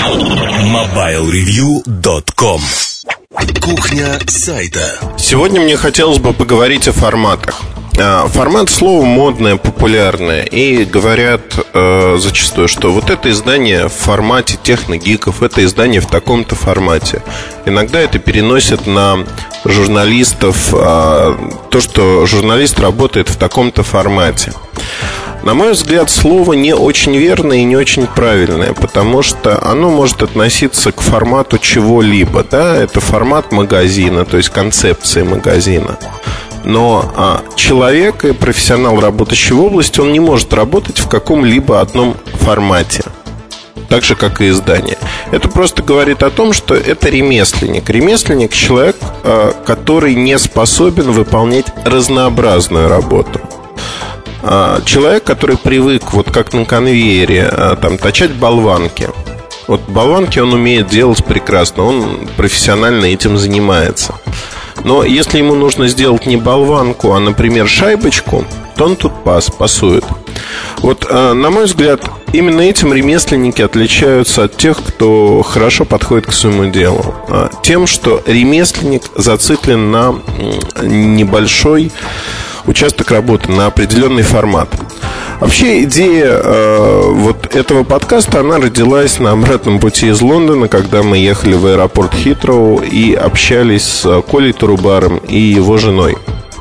MobileReview.com. Кухня сайта. Сегодня мне хотелось бы поговорить о форматах. Формат — слово модное, популярное. И говорят зачастую, что вот это издание в формате техногиков, это издание в таком-то формате. Иногда это переносят на журналистов, то, что журналист работает в таком-то формате. На мой взгляд, слово не очень верное и не очень правильное, потому что оно может относиться к формату чего-либо. Да? Это формат магазина, то есть концепция магазина. Но человек и профессионал, работающий в области, он не может работать в каком-либо одном формате, так же, как и издание. Это просто говорит о том, что это ремесленник. Ремесленник – человек, который не способен выполнять разнообразную работу. Человек, который привык, вот как на конвейере, там, точать болванки. Вот болванки он умеет делать прекрасно, он профессионально этим занимается. Но если ему нужно сделать не болванку, а, например, шайбочку, то он тут пасует. Вот, на мой взгляд, именно этим ремесленники отличаются от тех, кто хорошо подходит к своему делу. Тем, что ремесленник зациклен на небольшой участок работы, на определенный формат. Вообще идея вот этого подкаста, она родилась на обратном пути из Лондона, когда мы ехали в аэропорт Хитроу и общались с Колей Турубаром и его женой.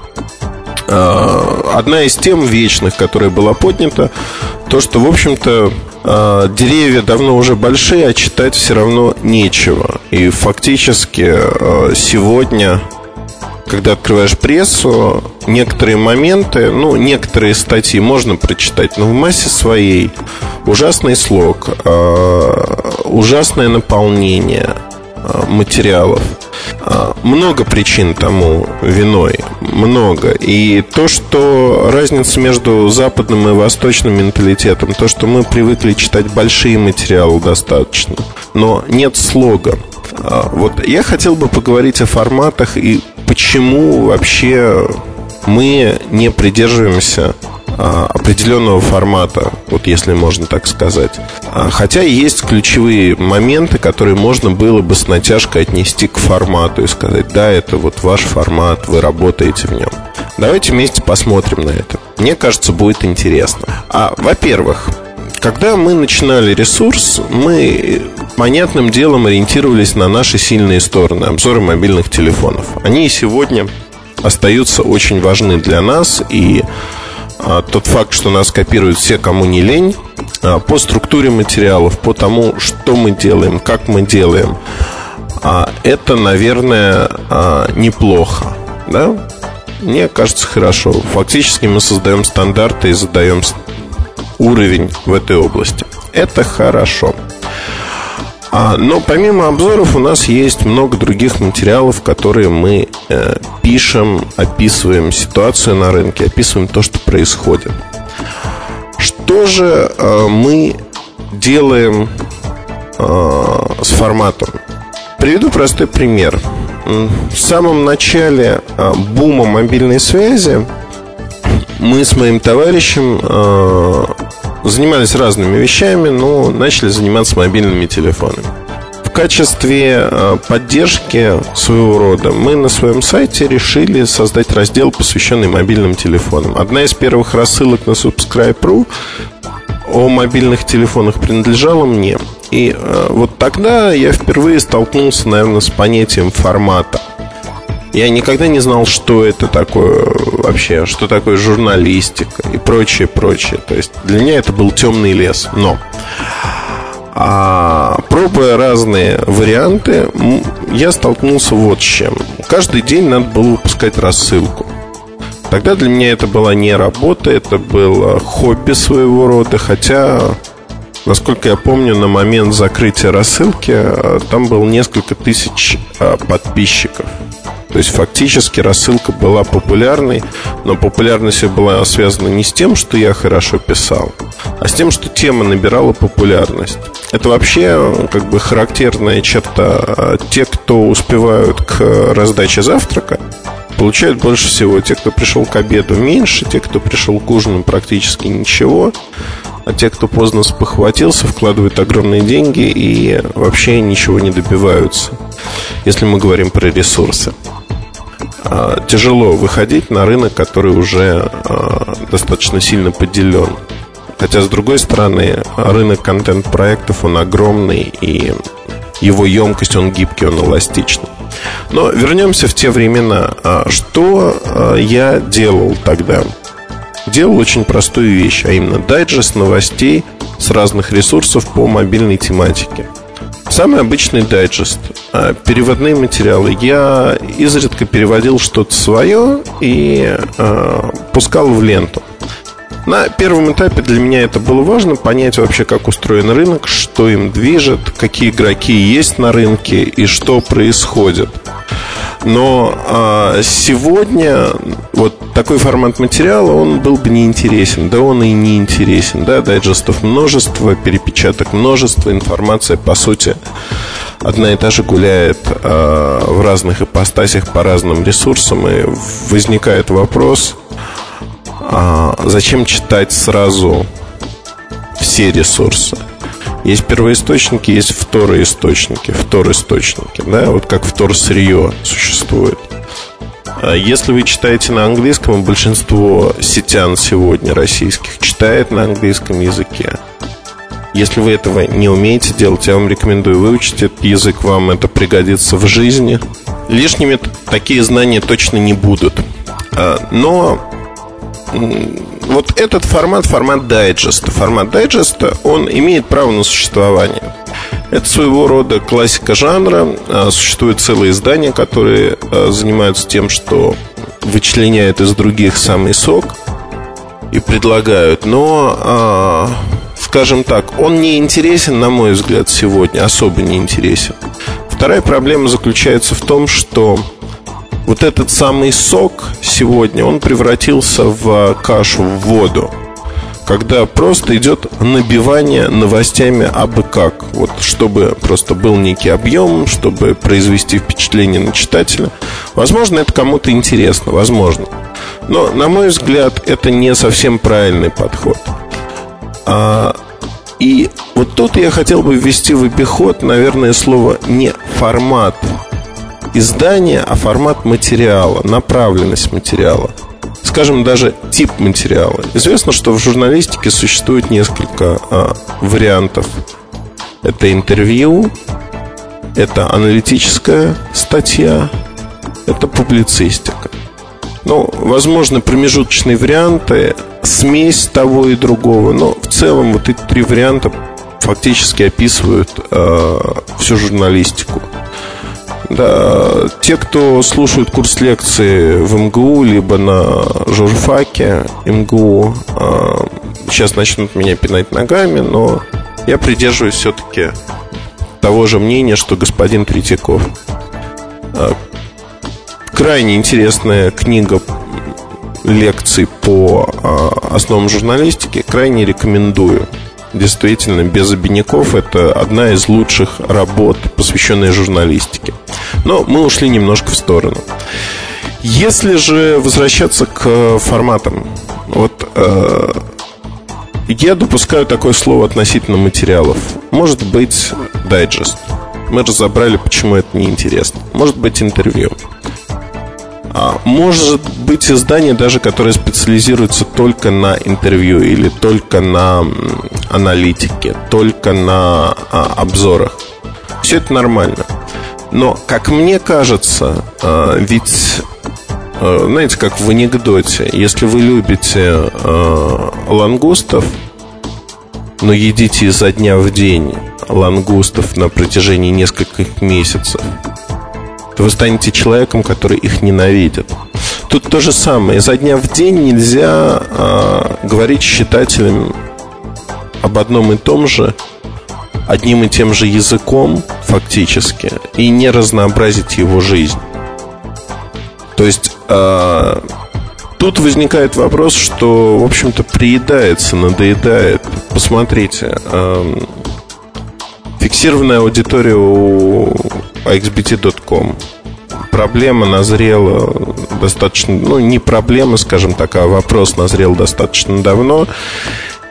Одна из тем вечных, которая была поднята, то, что, в общем-то, деревья давно уже большие, а читать все равно нечего. И фактически сегодня, когда открываешь прессу, некоторые моменты, некоторые статьи можно прочитать, но в массе своей ужасный слог, ужасное наполнение материалов. Много причин тому виной, много. И то, что разница между западным и восточным менталитетом, то, что мы привыкли читать большие материалы достаточно, но нет слога. Вот я хотел бы поговорить о форматах и почему вообще мы не придерживаемся определенного формата, вот если можно так сказать. Хотя есть ключевые моменты, которые можно было бы с натяжкой отнести к формату и сказать: да, это вот ваш формат, вы работаете в нем. Давайте вместе посмотрим на это. Мне кажется, будет интересно. Во-первых, когда мы начинали ресурс, мы понятным делом ориентировались на наши сильные стороны, обзоры мобильных телефонов. Они и сегодня остаются очень важны для нас. И тот факт, что нас копируют все, кому не лень, по структуре материалов, по тому, что мы делаем, как мы делаем, это, наверное, неплохо, да? Мне кажется, хорошо. Фактически мы создаем стандарты и задаем уровень в этой области. Это хорошо. Но помимо обзоров у нас есть много других материалов, которые мы пишем, описываем ситуацию на рынке, описываем то, что происходит. Что же мы делаем с форматом? Приведу простой пример. В самом начале бума мобильной связи мы с моим товарищем занимались разными вещами, но начали заниматься мобильными телефонами. В качестве поддержки своего рода мы на своем сайте решили создать раздел, посвященный мобильным телефонам. Одна из первых рассылок на Subscribe.ru о мобильных телефонах принадлежала мне. И вот тогда я впервые столкнулся, наверное, с понятием формата. Я никогда не знал, что это такое вообще, что такое журналистика и прочее. То есть для меня это был темный лес. Но пробуя разные варианты, я столкнулся вот с чем. Каждый день надо было выпускать рассылку. Тогда для меня это была не работа, это было хобби своего рода. Хотя, насколько я помню, на момент закрытия рассылки там было несколько тысяч подписчиков. То есть фактически рассылка была популярной, но популярность была связана не с тем, что я хорошо писал, а с тем, что тема набирала популярность. Это вообще как бы характерная черта. Те, кто успевают к раздаче завтрака, получают больше всего. Те, кто пришел к обеду, меньше. Те, кто пришел к ужину, практически ничего. А те, кто поздно спохватился, вкладывают огромные деньги и вообще ничего не добиваются, если мы говорим про ресурсы. Тяжело выходить на рынок, который уже достаточно сильно поделен. Хотя, с другой стороны, рынок контент-проектов, он огромный, и его емкость, он гибкий, он эластичный. Но вернемся в те времена. Что я делал тогда? Делал очень простую вещь, а именно дайджест новостей с разных ресурсов по мобильной тематике. Самый обычный дайджест, переводные материалы. Я изредка переводил что-то свое и пускал в ленту. На первом этапе для меня это было важно, понять вообще, как устроен рынок, что им движет, какие игроки есть на рынке и что происходит. Но сегодня вот такой формат материала, он был бы неинтересен. Да он и не интересен. Да? Дайджестов множество, перепечаток множество, информация, по сути, одна и та же гуляет в разных ипостасях по разным ресурсам. И возникает вопрос: зачем читать сразу все ресурсы? Есть первоисточники, есть второисточники, да, вот как вторсырье существует. Если вы читаете на английском, большинство сетян сегодня российских читает на английском языке. Если вы этого не умеете делать, я вам рекомендую выучить этот язык, вам это пригодится в жизни. Лишними такие знания точно не будут. Но вот этот формат дайджеста, он имеет право на существование. Это своего рода классика жанра. Существуют целые издания, которые занимаются тем, что вычленяют из других самый сок и предлагают. Но, скажем так, он не интересен, на мой взгляд, сегодня. Особо не интересен. Вторая проблема заключается в том, что вот этот самый сок сегодня, он превратился в кашу, в воду, когда просто идет набивание новостями абы как. Вот, чтобы просто был некий объем, чтобы произвести впечатление на читателя. Возможно, это кому-то интересно, возможно. Но, на мой взгляд, это не совсем правильный подход. И вот тут я хотел бы ввести в обиход, наверное, слово не формат издания, а формат материала, направленность материала. Скажем, даже тип материала. Известно, что в журналистике существует несколько вариантов. Это интервью, это аналитическая статья, это публицистика. Ну, возможно, промежуточные варианты, смесь того и другого. Но в целом вот эти три варианта фактически описывают всю журналистику. Да, те, кто слушают курс лекции в МГУ, либо на журфаке МГУ, сейчас начнут меня пинать ногами, но я придерживаюсь все-таки того же мнения, что господин Третьяков. Крайне интересная книга лекций по основам журналистики. Крайне рекомендую. Действительно, без обиняков, это одна из лучших работ, посвященная журналистике. Но мы ушли немножко в сторону. Если же возвращаться к форматам, вот я допускаю такое слово относительно материалов. Может быть дайджест. Мы разобрали, почему это неинтересно. Может быть интервью. Может быть издание даже, которое специализируется только на интервью или только на аналитике, только на обзорах. Все это нормально. Но, как мне кажется, ведь, знаете, как в анекдоте, если вы любите лангустов, но едите изо дня в день лангустов на протяжении нескольких месяцев, то вы станете человеком, который их ненавидит. Тут то же самое. Изо дня в день нельзя говорить с читателем об одном и том же, одним и тем же языком фактически, и не разнообразить его жизнь. То есть тут возникает вопрос, что, в общем-то, приедается, надоедает. Посмотрите, фиксированная аудитория у axbt.com. Проблема назрела достаточно... Ну, не проблема, скажем так, а вопрос назрел достаточно давно.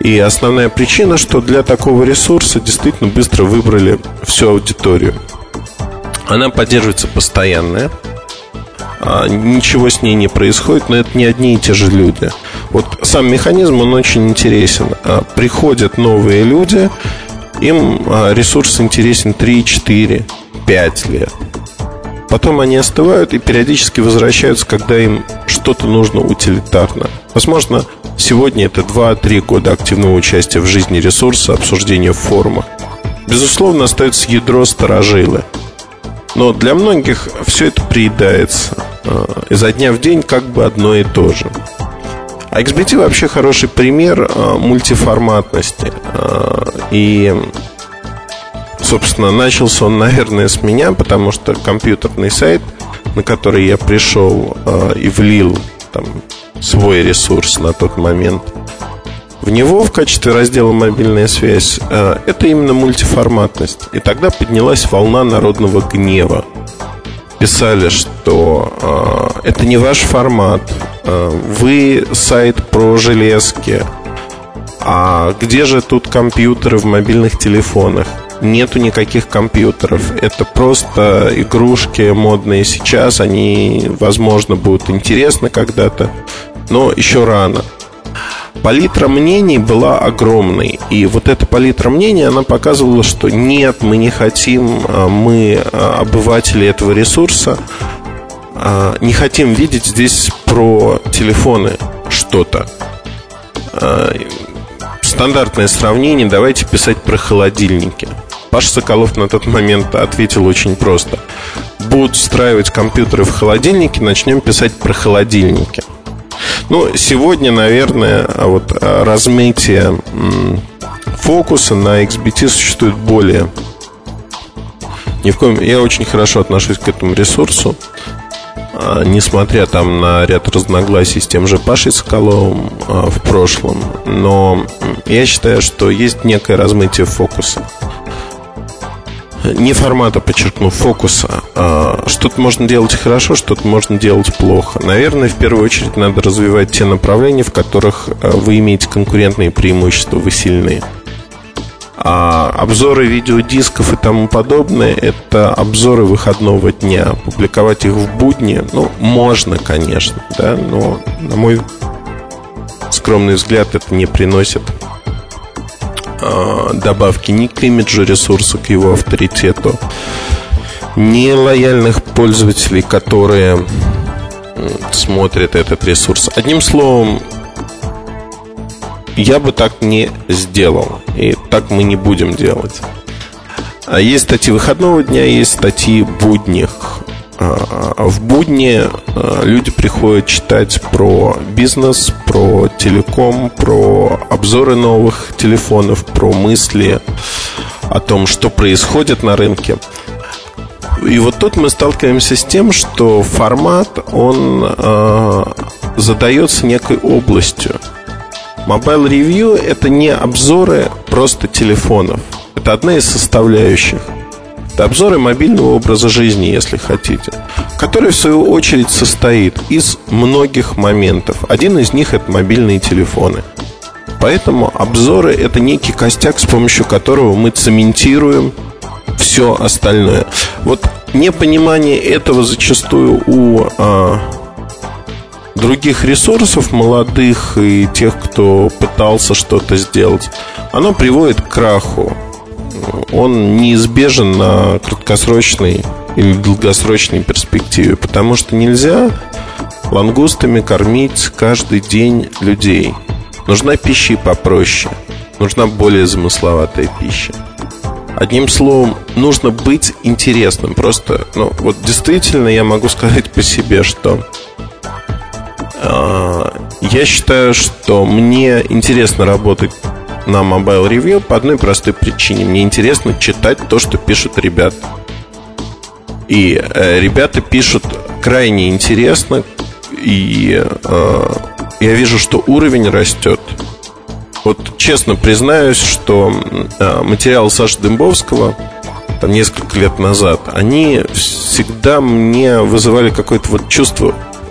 И основная причина, что для такого ресурса действительно быстро выбрали всю аудиторию. Она поддерживается постоянно, ничего с ней не происходит, но это не одни и те же люди. Вот сам механизм, он очень интересен. Приходят новые люди, им ресурс интересен 3, 4, 5 лет. Потом они остывают и периодически возвращаются, когда им что-то нужно утилитарно. Возможно, сегодня это 2-3 года активного участия в жизни ресурса, обсуждения в форумах. Безусловно, остается ядро старожилы. Но для многих все это приедается. Изо дня в день как бы одно и то же. А XBT вообще хороший пример мультиформатности. И, собственно, начался он, наверное, с меня, потому что компьютерный сайт, на который я пришел и влил там свой ресурс на тот момент, в него в качестве раздела «Мобильная связь» это именно мультиформатность. И тогда поднялась волна народного гнева. Писали, что это не ваш формат, вы сайт про железки, а где же тут компьютеры в мобильных телефонах? Нету никаких компьютеров. Это просто игрушки модные сейчас. Они, возможно, будут интересны когда-то, но еще рано. Палитра мнений была огромной. И вот эта палитра мнений, она показывала, что нет, мы не хотим, мы, обыватели этого ресурса, не хотим видеть здесь про телефоны что-то. Стандартное сравнение, давайте писать про холодильники. Паша Соколов на тот момент ответил очень просто: будут встраивать компьютеры в холодильники, начнем писать про холодильники. Ну, сегодня, наверное, вот размытие фокуса на XBT существует более. Я очень хорошо отношусь к этому ресурсу, несмотря там на ряд разногласий с тем же Пашей Соколовым в прошлом. Но я считаю, что есть некое размытие фокуса. Не формата, подчеркну, фокуса. Что-то можно делать хорошо, что-то можно делать плохо. Наверное, в первую очередь надо развивать те направления, в которых вы имеете конкурентные преимущества, вы сильны. Обзоры видеодисков и тому подобное — это обзоры выходного дня. Публиковать их в будни, можно, конечно, да, но, на мой скромный взгляд, это не приносит добавки ни к имиджу ресурса, к его авторитету, ни лояльных пользователей, которые смотрят этот ресурс. Одним словом, я бы так не сделал, и так мы не будем делать. Есть статьи выходного дня, есть статьи будних. В будни люди приходят читать про бизнес, про телеком, про обзоры новых телефонов, про мысли о том, что происходит на рынке. И вот тут мы сталкиваемся с тем, что формат, он задается некой областью. Mobile Review — это не обзоры просто телефонов. Это одна из составляющих. Это обзоры мобильного образа жизни, если хотите, который в свою очередь состоит из многих моментов. Один из них — это мобильные телефоны. Поэтому обзоры — это некий костяк, с помощью которого мы цементируем все остальное. Вот непонимание этого зачастую у других ресурсов, молодых и тех, кто пытался что-то сделать, оно приводит к краху. Он неизбежен на краткосрочной или долгосрочной перспективе, потому что нельзя лангустами кормить каждый день людей. Нужна пища и попроще, нужна более замысловатая пища. Одним словом, нужно быть интересным. Просто, вот действительно я могу сказать по себе, что я считаю, что мне интересно работать на Mobile Review по одной простой причине. Мне интересно читать то, что пишут ребята. И ребята пишут крайне интересно. И я вижу, что уровень растет. Вот честно признаюсь, что материалы Саши Дымбовского там несколько лет назад, они всегда мне вызывали какое-то вот чувство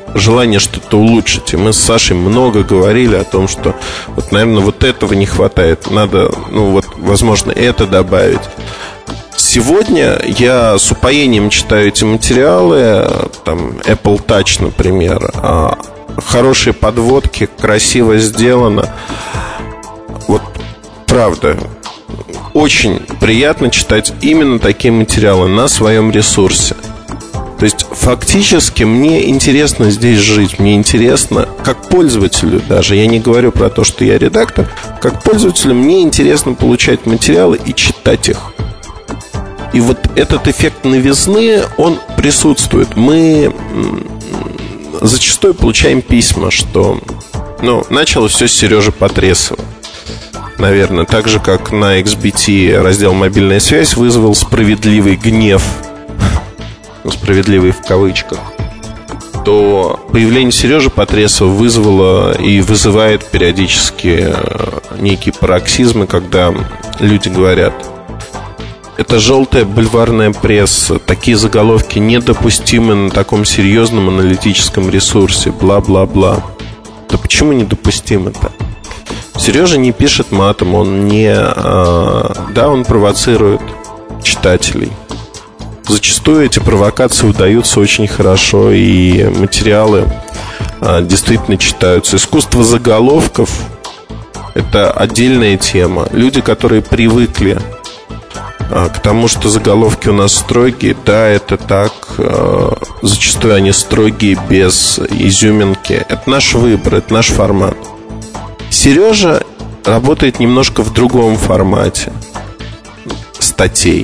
желание что-то улучшить. И мы с Сашей много говорили о том, что вот, наверное, вот этого не хватает. Надо, возможно, это добавить. Сегодня я с упоением читаю эти материалы, там, Apple Touch, например. Хорошие подводки, красиво сделано. Вот, правда, очень приятно читать именно такие материалы на своем ресурсе. То есть, фактически, мне интересно здесь жить. Мне интересно, как пользователю даже. Я не говорю про то, что я редактор. Как пользователю мне интересно получать материалы и читать их. И вот этот эффект новизны, он присутствует. Мы зачастую получаем письма, что началось все с Сережи Потресова. Наверное, так же, как на XBT раздел «Мобильная связь» вызвал справедливый гнев, справедливый в кавычках, то появление Сережи Потресова вызвало и вызывает периодически некие пароксизмы, когда люди говорят: это желтая бульварная пресса, такие заголовки недопустимы на таком серьезном аналитическом ресурсе, бла-бла-бла. Да почему недопустимы-то? Сережа не пишет матом, он не... Да, он провоцирует читателей. Зачастую эти провокации удаются очень хорошо, и материалы действительно читаются. Искусство заголовков — это отдельная тема. Люди, которые привыкли к тому, что заголовки у нас строгие, да, это так. Зачастую они строгие, без изюминки. Это наш выбор, это наш формат. Сережа работает немножко в другом формате статей.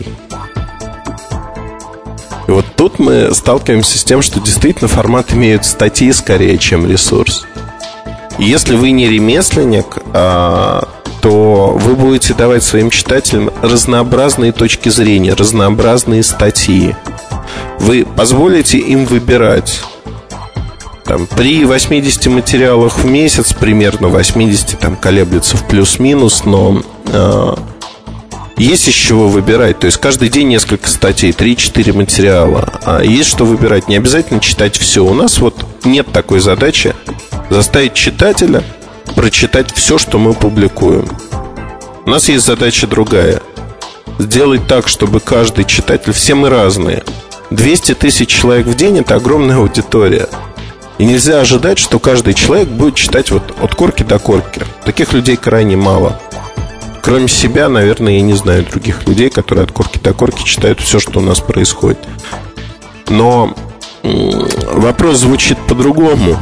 И вот тут мы сталкиваемся с тем, что действительно формат имеют статьи скорее, чем ресурс. И если вы не ремесленник, то вы будете давать своим читателям разнообразные точки зрения, разнообразные статьи. Вы позволите им выбирать. Там, при 80 материалах в месяц, примерно 80, там колеблется в плюс-минус, но есть из чего выбирать. То есть каждый день несколько статей, 3-4 материала. Есть что выбирать. Не обязательно читать все. У нас вот нет такой задачи заставить читателя прочитать все, что мы публикуем. У нас есть задача другая: сделать так, чтобы каждый читатель, все мы разные, 200 тысяч человек в день — это огромная аудитория. И нельзя ожидать, что каждый человек будет читать вот от корки до корки. Таких людей крайне мало. Кроме себя, наверное, я не знаю других людей, которые от корки до корки читают все, что у нас происходит. Но вопрос звучит по-другому.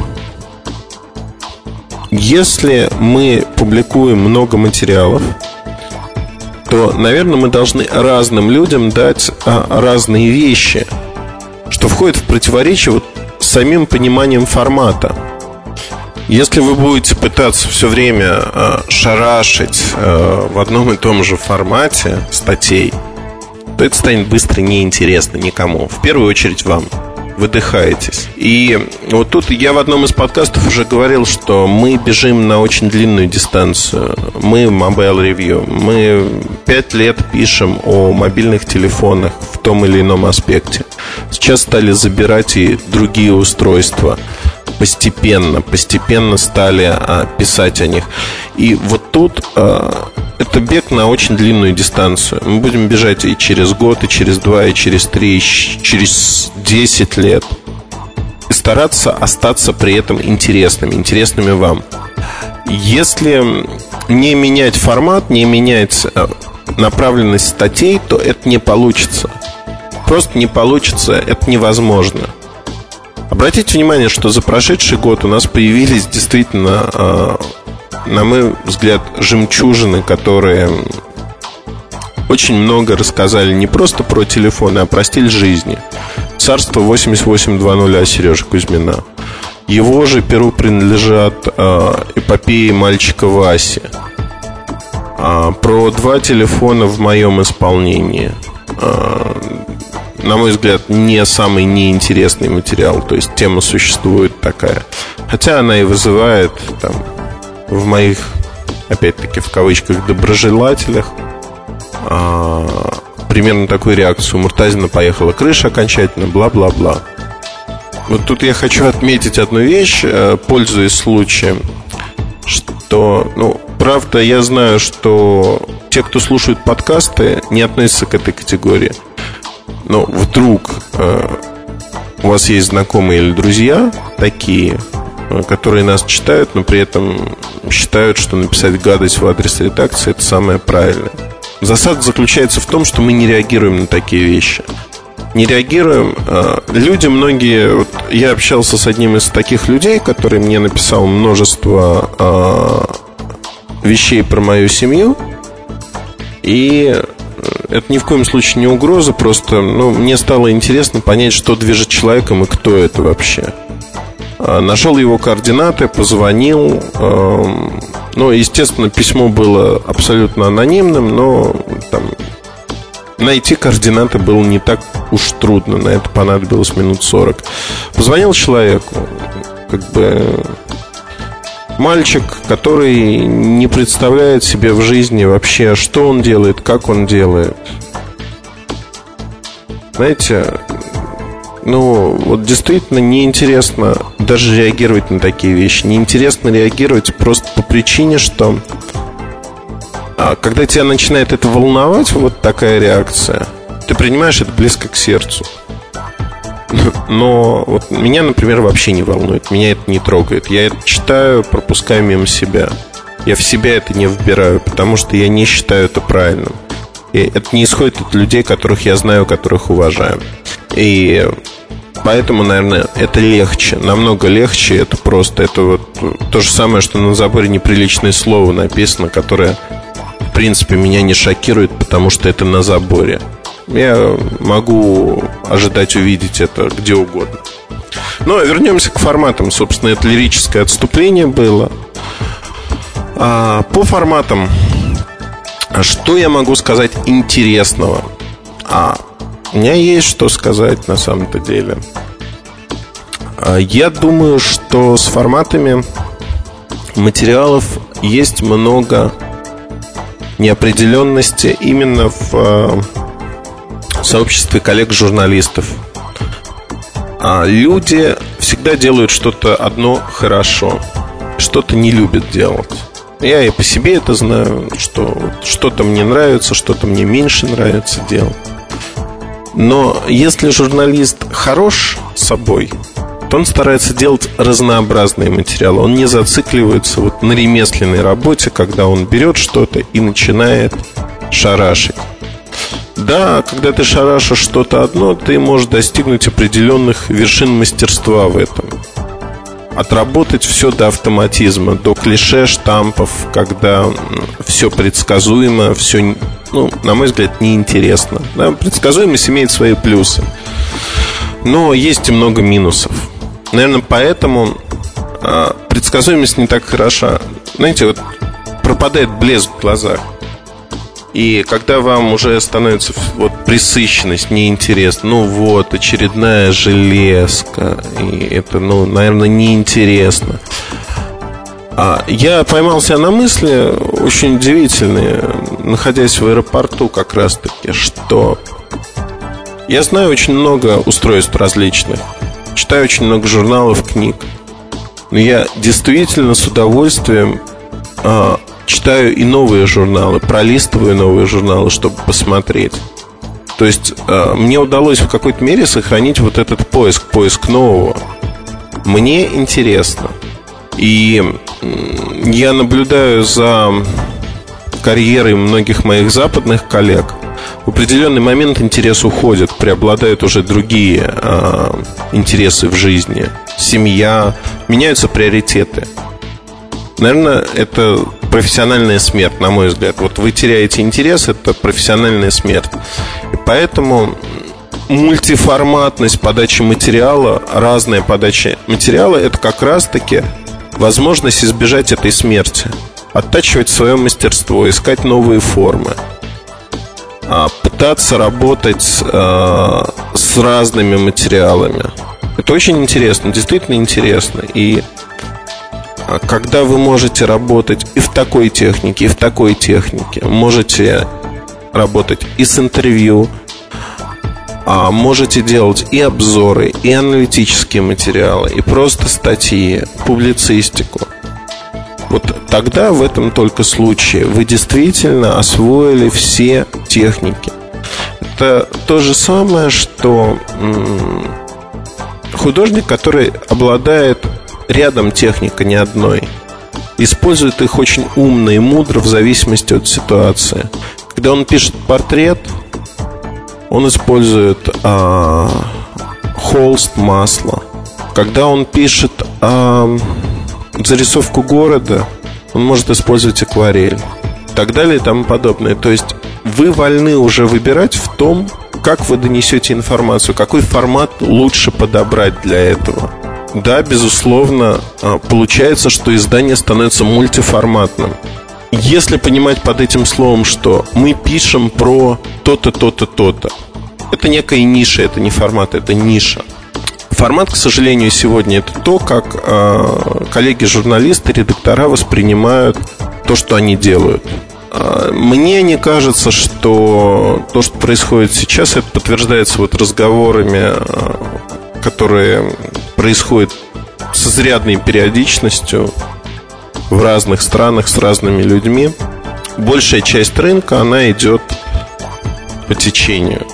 Если мы публикуем много материалов, то, наверное, мы должны разным людям дать разные вещи, что входит в противоречие вот с самим пониманием формата. Если вы будете пытаться все время шарашить в одном и том же формате статей, то это станет быстро неинтересно никому. В первую очередь вам. Выдыхаетесь. И вот тут я в одном из подкастов уже говорил, что мы бежим на очень длинную дистанцию. Мы Mobile Review. Мы 5 лет пишем о мобильных телефонах в том или ином аспекте. Сейчас стали забирать и другие устройства. Постепенно стали писать о них. И вот тут это бег на очень длинную дистанцию. Мы будем бежать и через год, и через 2, и через 3, и через 10 лет. И стараться остаться при этом интересными вам. Если не менять формат, не менять направленность статей, то это не получится. Просто не получится, это невозможно. Обратите внимание, что за прошедший год у нас появились действительно, на мой взгляд, жемчужины, которые очень много рассказали не просто про телефоны, а про стиль жизни. «Царство 8820» Сережи Кузьмина. Его же перу принадлежат эпопеи мальчика Васи. Про 2 телефона в моем исполнении. На мой взгляд, не самый неинтересный материал. То есть тема существует такая. Хотя она и вызывает там, в моих, опять-таки, в кавычках, доброжелателях примерно такую реакцию: Муртазина поехала крыша окончательно, бла-бла-бла. вот тут я хочу отметить одну вещь, пользуясь случаем, что, правда, я знаю, что те, кто слушают подкасты, не относятся к этой категории. Но вдруг у вас есть знакомые или друзья такие, которые нас читают, но при этом считают, что написать гадость в адрес редакции — это самое правильное. Засада заключается в том, что мы не реагируем на такие вещи. Не реагируем. Люди многие... Вот я общался с одним из таких людей, который мне написал множество вещей про мою семью. И это ни в коем случае не угроза. Просто мне стало интересно понять, что движет человеком и кто это вообще. Нашел его координаты, позвонил. Естественно, письмо было абсолютно анонимным, но там найти координаты было не так уж трудно. На это понадобилось минут 40. Позвонил человеку, мальчик, который не представляет себе в жизни вообще, что он делает, как он делает. Знаете, вот действительно неинтересно даже реагировать на такие вещи. Неинтересно реагировать просто по причине, что когда тебя начинает это волновать, вот такая реакция, ты принимаешь это близко к сердцу. Но вот меня, например, вообще не волнует. Меня это не трогает. Я это читаю, пропускаю мимо себя. Я в себя это не вбираю, потому что я не считаю это правильным. И это не исходит от людей, которых я знаю, которых уважаю. И поэтому, наверное, это легче. Намного легче. Это просто вот то же самое, что на заборе неприличное слово написано, которое, в принципе, меня не шокирует, потому что это на заборе. Я могу ожидать увидеть это где угодно. Но вернемся к форматам. Собственно, это лирическое отступление было. По форматам, что я могу сказать интересного? У меня есть что сказать на самом-то деле. Я думаю, что с форматами материалов есть много неопределенности именно в сообществе коллег-журналистов. Люди всегда делают что-то одно хорошо, что-то не любят делать. Я и по себе это знаю, что что-то мне нравится, что-то мне меньше нравится делать. Но если журналист хорош собой, то он старается делать разнообразные материалы. Он не зацикливается на ремесленной работе, когда он берет что-то и начинает шарашить. Да, когда ты шарашишь что-то одно, ты можешь достигнуть определенных вершин мастерства в этом. Отработать все до автоматизма, до клише, штампов, когда все предсказуемо, все, на мой взгляд, неинтересно. Да, предсказуемость имеет свои плюсы, но есть и много минусов. Наверное, поэтому предсказуемость не так хороша. Знаете, пропадает блеск в глазах. И когда вам уже становится пресыщенность, неинтересно, очередная железка, и это, наверное, неинтересно. Я поймал себя на мысли очень удивительные, находясь в аэропорту как раз-таки, что я знаю очень много устройств различных, читаю очень много журналов, книг, но я действительно с удовольствием читаю и новые журналы, пролистываю новые журналы, чтобы посмотреть. То есть мне удалось в какой-то мере сохранить этот поиск нового. Мне интересно. И я наблюдаю за карьерой многих моих западных коллег. В определенный момент интерес уходит, преобладают уже другие интересы в жизни. Семья, меняются приоритеты. Наверное, это профессиональная смерть, на мой взгляд. Вы теряете интерес, это профессиональная смерть. И поэтому мультиформатность подачи материала, разная подача материала, это как раз-таки возможность избежать этой смерти. Оттачивать свое мастерство, искать новые формы, пытаться работать с разными материалами. Это очень интересно, действительно интересно. И когда вы можете работать и в такой технике, и в такой технике, можете работать и с интервью, можете делать и обзоры, и аналитические материалы, и просто статьи, публицистику. Вот тогда в этом только случае вы действительно освоили все техники. Это то же самое, что художник, который обладает рядом техник, а не одной, использует их очень умно и мудро в зависимости от ситуации. Когда он пишет портрет, он использует холст, масло. Когда он пишет зарисовку города, он может использовать акварель, и так далее и тому подобное. То есть вы вольны уже выбирать в том, как вы донесете информацию, какой формат лучше подобрать для этого. Да, безусловно, получается, что издание становится мультиформатным. Если понимать под этим словом, что мы пишем про то-то, то-то, то-то, это некая ниша, это не формат, это ниша. Формат, к сожалению, сегодня это то, как коллеги-журналисты, редактора воспринимают то, что они делают. Мне не кажется, что то, что происходит сейчас, это подтверждается вот разговорами, которые происходят с изрядной периодичностью в разных странах с разными людьми. Большая часть рынка, она идет по течению.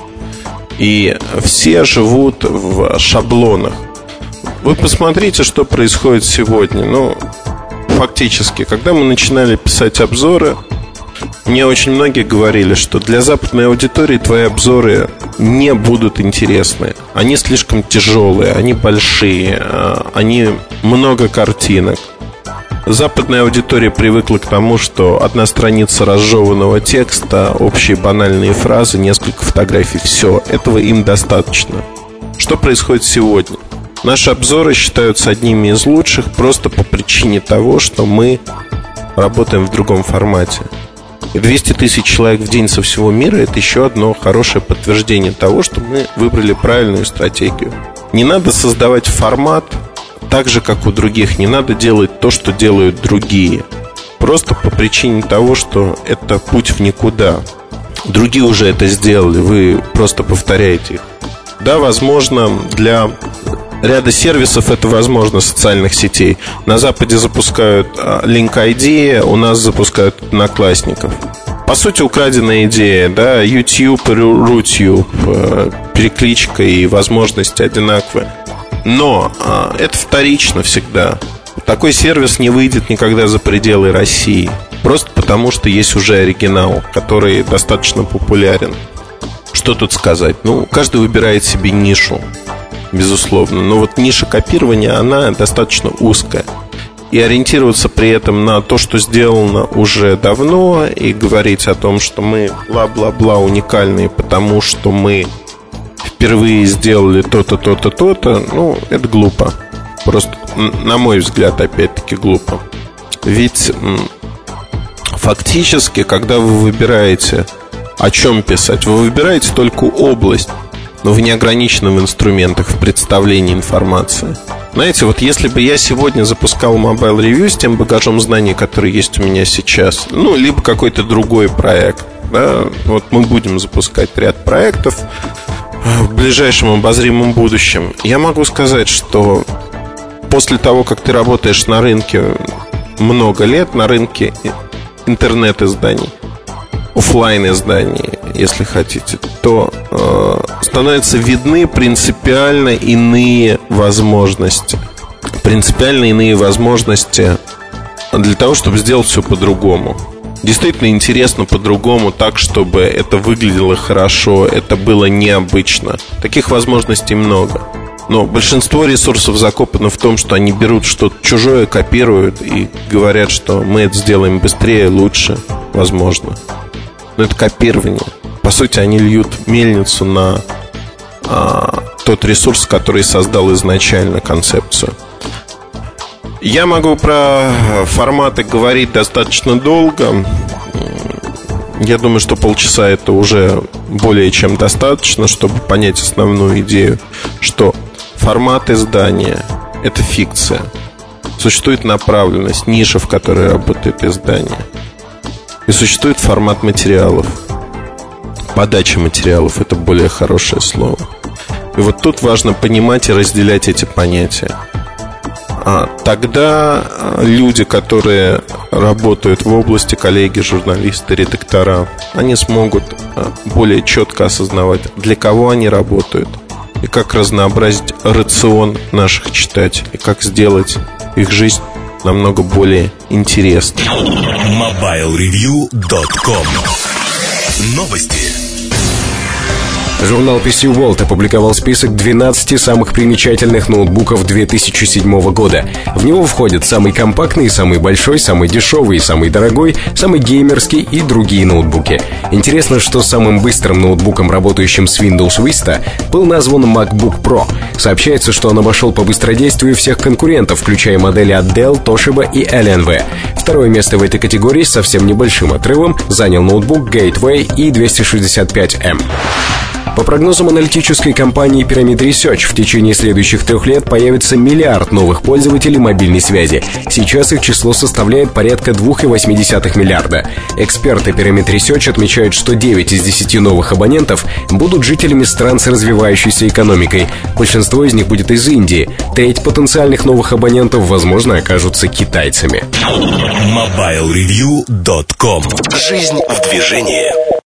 И все живут в шаблонах. Вы посмотрите, что происходит сегодня. Ну, фактически, когда мы начинали писать обзоры, мне очень многие говорили, что для западной аудитории твои обзоры не будут интересны. Они слишком тяжелые, они большие, они много картинок. Западная аудитория привыкла к тому, что одна страница разжеванного текста, общие банальные фразы, несколько фотографий. Все, этого им достаточно. Что происходит сегодня? Наши обзоры считаются одними из лучших просто по причине того, что мы работаем в другом формате. И 200 тысяч человек в день со всего мира — это еще одно хорошее подтверждение того, что мы выбрали правильную стратегию. Не надо создавать формат так же, как у других. Не надо делать то, что делают другие. Просто по причине того, что это путь в никуда. Другие уже это сделали, вы просто повторяете их. Да, возможно, для ряда сервисов это возможно, социальных сетей. На Западе запускают Link ID, у нас запускают Одноклассников. По сути, украденная идея, да, YouTube и Рутюб, перекличка и возможности одинаковые. Но это вторично всегда. Такой сервис не выйдет никогда за пределы России. Просто потому, что есть уже оригинал, который достаточно популярен. Что тут сказать? Ну, каждый выбирает себе нишу, безусловно. Но вот ниша копирования, она достаточно узкая. И ориентироваться при этом на то, что сделано уже давно, и говорить о том, что мы бла-бла-бла уникальные, потому что мы впервые сделали то-то, то-то, то-то, ну, это глупо. Просто, на мой взгляд, опять-таки глупо. Ведь фактически, когда вы выбираете, о чем писать, вы выбираете только область, но в неограниченном инструментах, в представлении информации. Знаете, вот если бы я сегодня запускал Mobile Review с тем багажом знаний, который есть у меня сейчас, ну, либо какой-то другой проект, да, вот мы будем запускать ряд проектов в ближайшем обозримом будущем, я могу сказать, что после того, как ты работаешь на рынке много лет, на рынке интернет-изданий, офлайн-изданий, если хотите, то становятся видны принципиально иные возможности. Принципиально иные возможности для того, чтобы сделать все по-другому. Действительно интересно по-другому, так, чтобы это выглядело хорошо, это было необычно. Таких возможностей много. Но большинство ресурсов закопано в том, что они берут что-то чужое, копируют и говорят, что мы это сделаем быстрее, лучше, возможно. Но это копирование. По сути, они льют мельницу на тот ресурс, который создал изначально концепцию. Я могу про форматы говорить достаточно долго. Я думаю, что полчаса это уже более чем достаточно, чтобы понять основную идею, что формат издания — это фикция. Существует направленность, ниша, в которой работает издание. И существует формат материалов. подача материалов — это более хорошее слово. И вот тут важно понимать и разделять эти понятия. Тогда люди, которые работают в области, коллеги, журналисты, редактора, они смогут более четко осознавать, для кого они работают, и как разнообразить рацион наших читателей, как сделать их жизнь намного более интересной. MobileReview.com. Новости. Журнал PC World опубликовал список 12 самых примечательных ноутбуков 2007 года. В него входят самый компактный, самый большой, самый дешевый, самый дорогой, самый геймерский и другие ноутбуки. Интересно, что самым быстрым ноутбуком, работающим с Windows Vista, был назван MacBook Pro. Сообщается, что он обошел по быстродействию всех конкурентов, включая модели от Dell, Toshiba и Alienware. Второе место в этой категории с совсем небольшим отрывом занял ноутбук Gateway E265M. По прогнозам аналитической компании Pyramid Research, в течение следующих 3 лет появится миллиард новых пользователей мобильной связи. Сейчас их число составляет порядка 2,8 миллиарда. Эксперты Pyramid Research отмечают, что 9 из 10 новых абонентов будут жителями стран с развивающейся экономикой. Большинство из них будет из Индии. Треть потенциальных новых абонентов, возможно, окажутся китайцами. MobileReview.com. Жизнь в движении.